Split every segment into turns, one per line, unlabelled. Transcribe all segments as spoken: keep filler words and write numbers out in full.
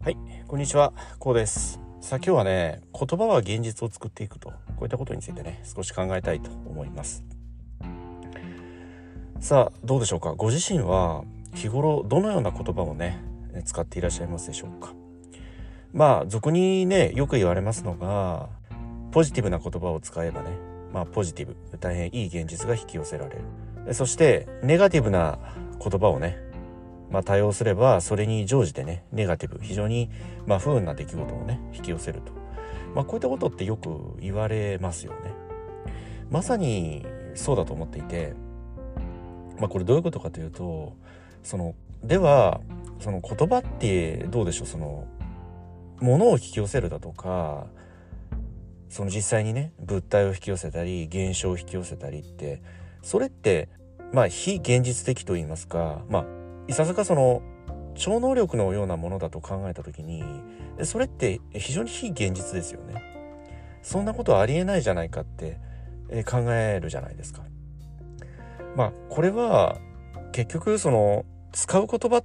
はい、こんにちは、こうです。さあ今日はね、言葉は現実を作っていくと、こういったことについてね、少し考えたいと思います。さあどうでしょうか。ご自身は日頃どのような言葉をね、使っていらっしゃいますでしょうか。まあ俗にね、よく言われますのが、ポジティブな言葉を使えばね、まあポジティブ、大変いい現実が引き寄せられる。そしてネガティブな言葉をね、まあ、多用すればそれに乗じてね、ネガティブ、非常にまあ不運な出来事をね引き寄せると、まあ、こういったことってよく言われますよね。まさにそうだと思っていて、まあ、これどういうことかというと、そのではその言葉ってどうでしょう。その物を引き寄せるだとか、その実際にね物体を引き寄せたり現象を引き寄せたりって、それってまあ非現実的と言いますか、まあいささかその超能力のようなものだと考えた時に、それって非常に非現実ですよね。そんなことはありえないじゃないかって考えるじゃないですか。まあこれは結局その使う言葉って、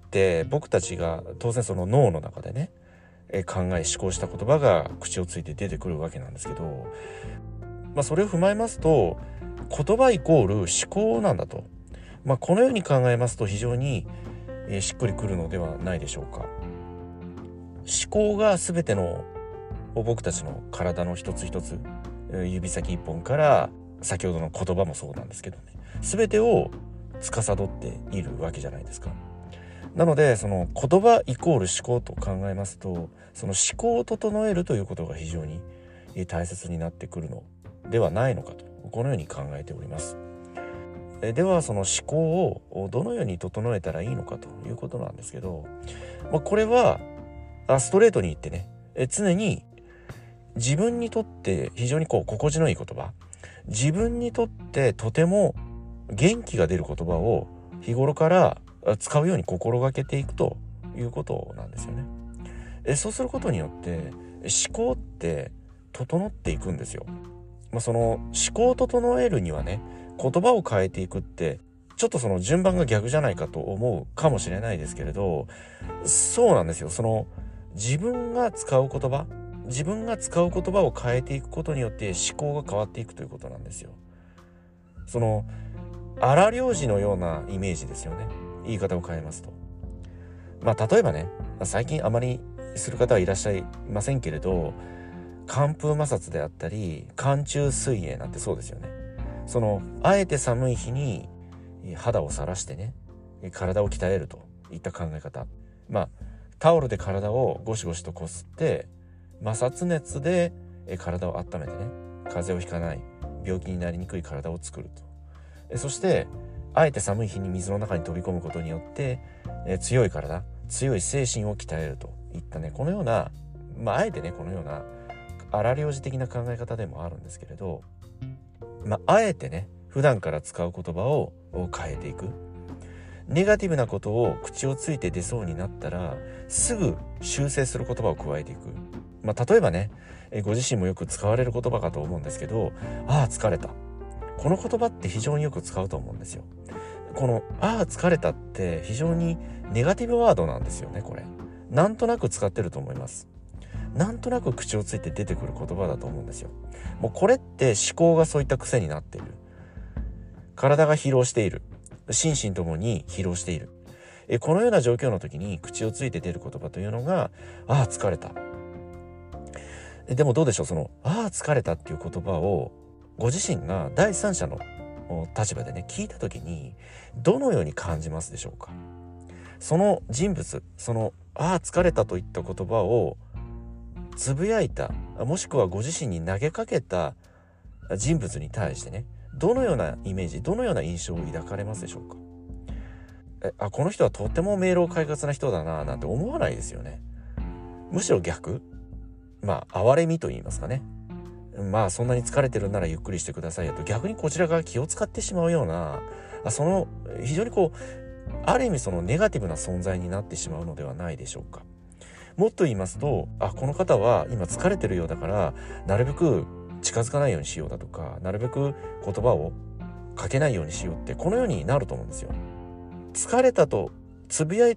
僕たちが当然その脳の中でね考え思考した言葉が口をついて出てくるわけなんですけど、まあそれを踏まえますと、言葉イコール思考なんだと、まあこのように考えますと非常にえー、しっくりくるのではないでしょうか。思考が全ての僕たちの体の一つ一つ、指先一本から先ほどの言葉もそうなんですけどね、全てを司っているわけじゃないですか。なのでその言葉イコール思考と考えますと、その思考を整えるということが非常に大切になってくるのではないのかと、このように考えております。ではその思考をどのように整えたらいいのかということなんですけど、まあ、これはストレートに言ってね、常に自分にとって非常にこう心地のいい言葉、自分にとってとても元気が出る言葉を日頃から使うように心がけていくということなんですよね。そうすることによって思考って整っていくんですよ。まあ、その思考を整えるにはね、言葉を変えていくってちょっとその順番が逆じゃないかと思うかもしれないですけれど、そうなんですよ。その自分が使う言葉自分が使う言葉を変えていくことによって思考が変わっていくということなんですよ。その荒療治のようなイメージですよね、言い方を変えますと。まあ例えばね、最近あまりする方はいらっしゃいませんけれど、寒風摩擦であったり寒中水泳なんてそうですよね。そのあえて寒い日に肌をさらしてね、体を鍛えるといった考え方。まあタオルで体をゴシゴシとこすって摩擦熱で体を温めてね、風邪をひかない病気になりにくい体を作ると。そしてあえて寒い日に水の中に飛び込むことによって強い体、強い精神を鍛えるといったね、このような、まああえてねこのような荒療治的な考え方でもあるんですけれど、まああえてね普段から使う言葉を変えていく。ネガティブなことを口をついて出そうになったらすぐ修正する言葉を加えていく。まあ例えばね、ご自身もよく使われる言葉かと思うんですけど、ああ疲れた、この言葉って非常によく使うと思うんですよ。このああ疲れたって非常にネガティブワードなんですよね。これなんとなく使ってると思います。なんとなく口をついて出てくる言葉だと思うんですよ。もうこれって思考がそういった癖になっている。体が疲労している、心身ともに疲労している、えこのような状況の時に口をついて出る言葉というのがああ疲れた。でもどうでしょう。そのああ疲れたっていう言葉をご自身が第三者の立場でね聞いた時にどのように感じますでしょうか。その人物、そのああ疲れたといった言葉をつぶやいた、もしくはご自身に投げかけた人物に対してね、どのようなイメージ、どのような印象を抱かれますでしょうか。えあこの人はとても明朗快活な人だななんて思わないですよね。むしろ逆、まあ哀れみと言いますかね、まあそんなに疲れてるならゆっくりしてくださいよと逆にこちらが気を使ってしまうような、その非常にこうある意味そのネガティブな存在になってしまうのではないでしょうか。もっと言いますと、あこの方は今疲れてるようだからなるべく近づかないようにしようだとか、なるべく言葉をかけないようにしようってこのようになると思うんですよ。疲れたとつぶやいた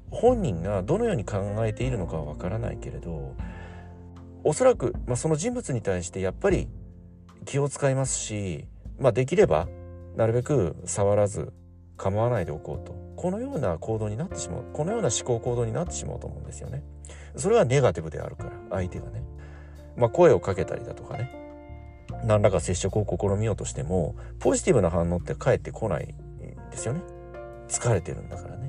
本人がどのように考えているのかはわからないけれど、おそらく、まあ、その人物に対してやっぱり気を使いますし、まあ、できればなるべく触らず構わないでおこうと、このような行動になってしまう、このような思考行動になってしまうと思うんですよね。それはネガティブであるから、相手がね、まあ、声をかけたりだとかね、何らか接触を試みようとしてもポジティブな反応って返ってこないんですよね。疲れてるんだからね、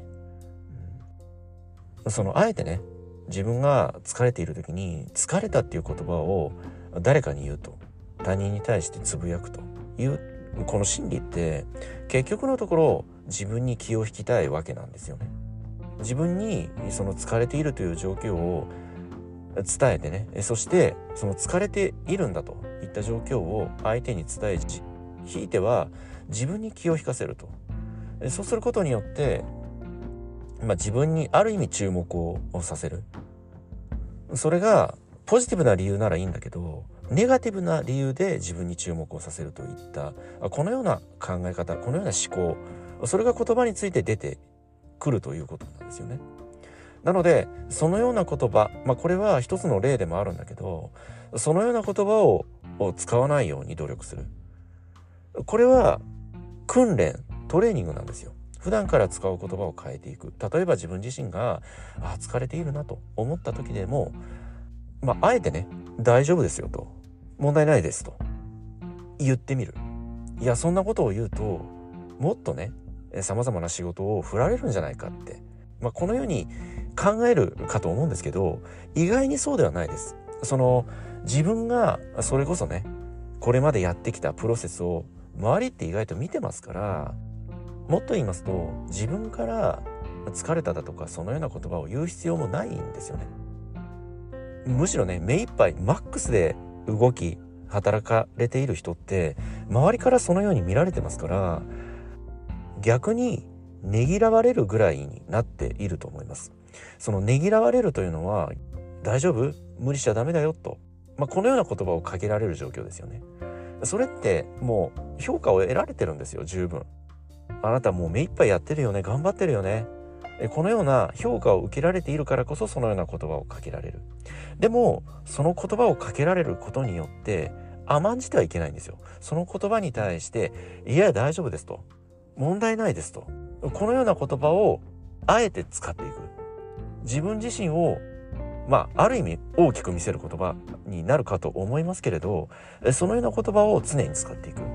うん、そのあえてね、自分が疲れている時に疲れたっていう言葉を誰かに言うと、他人に対してつぶやくというこの心理って結局のところ自分に気を引きたいわけなんですよね。自分にその疲れているという状況を伝えてね、そしてその疲れているんだといった状況を相手に伝え、ひいては自分に気を引かせると。そうすることによって、まあ、自分にある意味注目をさせる。それがポジティブな理由ならいいんだけど、ネガティブな理由で自分に注目をさせるといったこのような考え方、このような思考、それが言葉について出てくるということなんですよね。なのでそのような言葉、まあこれは一つの例でもあるんだけど、そのような言葉を使わないように努力する。これは訓練、トレーニングなんですよ。普段から使う言葉を変えていく。例えば自分自身があ疲れているなと思った時でも、まああえてね、大丈夫ですよと、問題ないですと言ってみる。いやそんなことを言うともっとね、様々な仕事を振られるんじゃないかって、まあ、このように考えるかと思うんですけど、意外にそうではないです。その自分がそれこそね、これまでやってきたプロセスを周りって意外と見てますから、もっと言いますと自分から疲れただとかそのような言葉を言う必要もないんですよね。むしろね、目いっぱいマックスで動き働かれている人って周りからそのように見られてますから、逆にねぎらわれるぐらいになっていると思います。そのねぎらわれるというのは、大丈夫？無理しちゃダメだよと、まあ、このような言葉をかけられる状況ですよね。それってもう評価を得られてるんですよ、十分。あなたもう目いっぱいやってるよね、頑張ってるよね。このような評価を受けられているからこそそのような言葉をかけられる。でもその言葉をかけられることによって甘んじてはいけないんですよ。その言葉に対していや大丈夫ですと、問題ないですと、このような言葉をあえて使っていく。自分自身をまあある意味大きく見せる言葉になるかと思いますけれど、そのような言葉を常に使っていく、うん、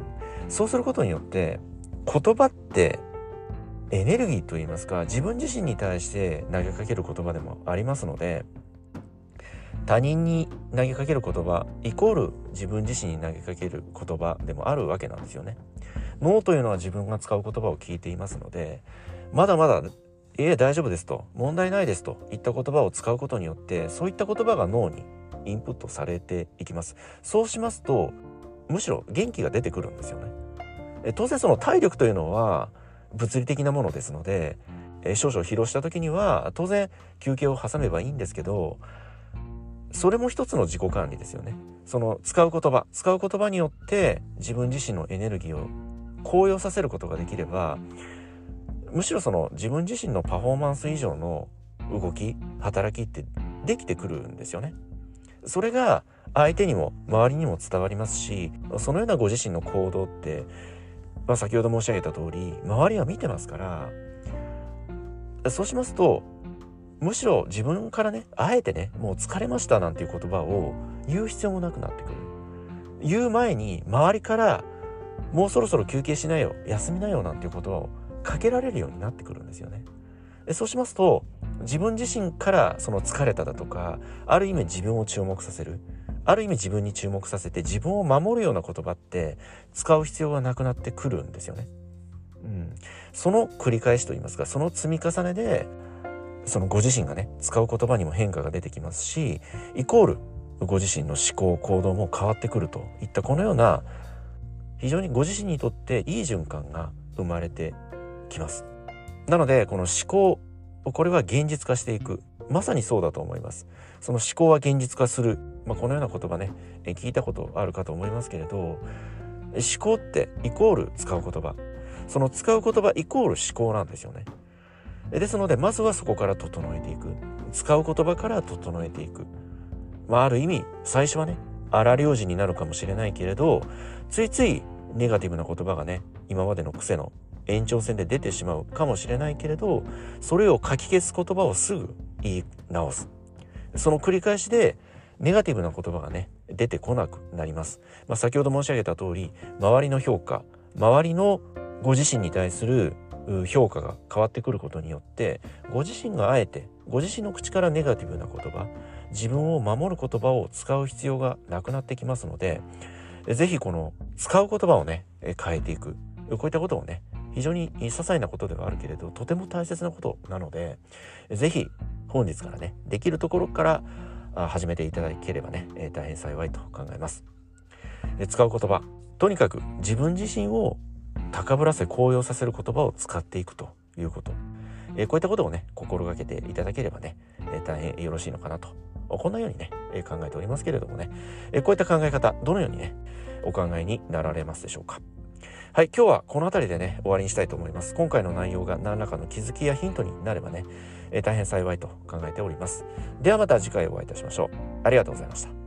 そうすることによって言葉ってエネルギーといいますか、自分自身に対して投げかける言葉でもありますので、他人に投げかける言葉イコール自分自身に投げかける言葉でもあるわけなんですよね。脳というのは自分が使う言葉を聞いていますので、まだまだいえ大丈夫ですと、問題ないですといった言葉を使うことによって、そういった言葉が脳にインプットされていきます。そうしますとむしろ元気が出てくるんですよね。え当然その体力というのは物理的なものですので、え少々疲労した時には当然休憩を挟めばいいんですけど、それも一つの自己管理ですよね。その使う言葉使う言葉によって自分自身のエネルギーを高揚させることができれば、むしろその自分自身のパフォーマンス以上の動き働きってできてくるんですよね。それが相手にも周りにも伝わりますし、そのようなご自身の行動って、まあ、先ほど申し上げた通り周りは見てますから、そうしますとむしろ自分からね、あえてね、もう疲れましたなんていう言葉を言う必要もなくなってくる。言う前に周りからもうそろそろ休憩しなよ、休みなよなんていう言葉をかけられるようになってくるんですよね。でそうしますと自分自身からその疲れただとか、ある意味自分を注目させる、ある意味自分に注目させて自分を守るような言葉って使う必要がなくなってくるんですよね。うん、その繰り返しといいますか、その積み重ねでそのご自身がね使う言葉にも変化が出てきますし、イコールご自身の思考行動も変わってくるといったこのような非常にご自身にとっていい循環が生まれてきます。なのでこの思考、これは現実化していく、まさにそうだと思います。その思考は現実化する、まあ、このような言葉ね聞いたことあるかと思いますけれど、思考ってイコール使う言葉、その使う言葉イコール思考なんですよね。 ですのでまずはそこから整えていく、使う言葉から整えていく。まあある意味最初はね荒療治になるかもしれないけれど、ついついネガティブな言葉がね今までの癖の延長線で出てしまうかもしれないけれど、それをかき消す言葉をすぐ言い直す、その繰り返しでネガティブな言葉がね出てこなくなります。まあ、先ほど申し上げた通り、周りの評価、周りのご自身に対する評価が変わってくることによって、ご自身があえてご自身の口からネガティブな言葉、自分を守る言葉を使う必要がなくなってきますので、ぜひこの使う言葉をね変えていく、こういったことをね非常に些細なことではあるけれどとても大切なことなので、ぜひ本日からねできるところから始めていただければね大変幸いと考えます。使う言葉、とにかく自分自身を高ぶらせ高揚させる言葉を使っていくということ、えー、こういったことをね心がけていただければね、えー、大変よろしいのかなと、こんなようにね、えー、考えておりますけれどもね、えー、こういった考え方どのようにねお考えになられますでしょうか。はい、今日はこの辺りでね終わりにしたいと思います。今回の内容が何らかの気づきやヒントになればね、えー、大変幸いと考えております。ではまた次回お会いいたしましょう。ありがとうございました。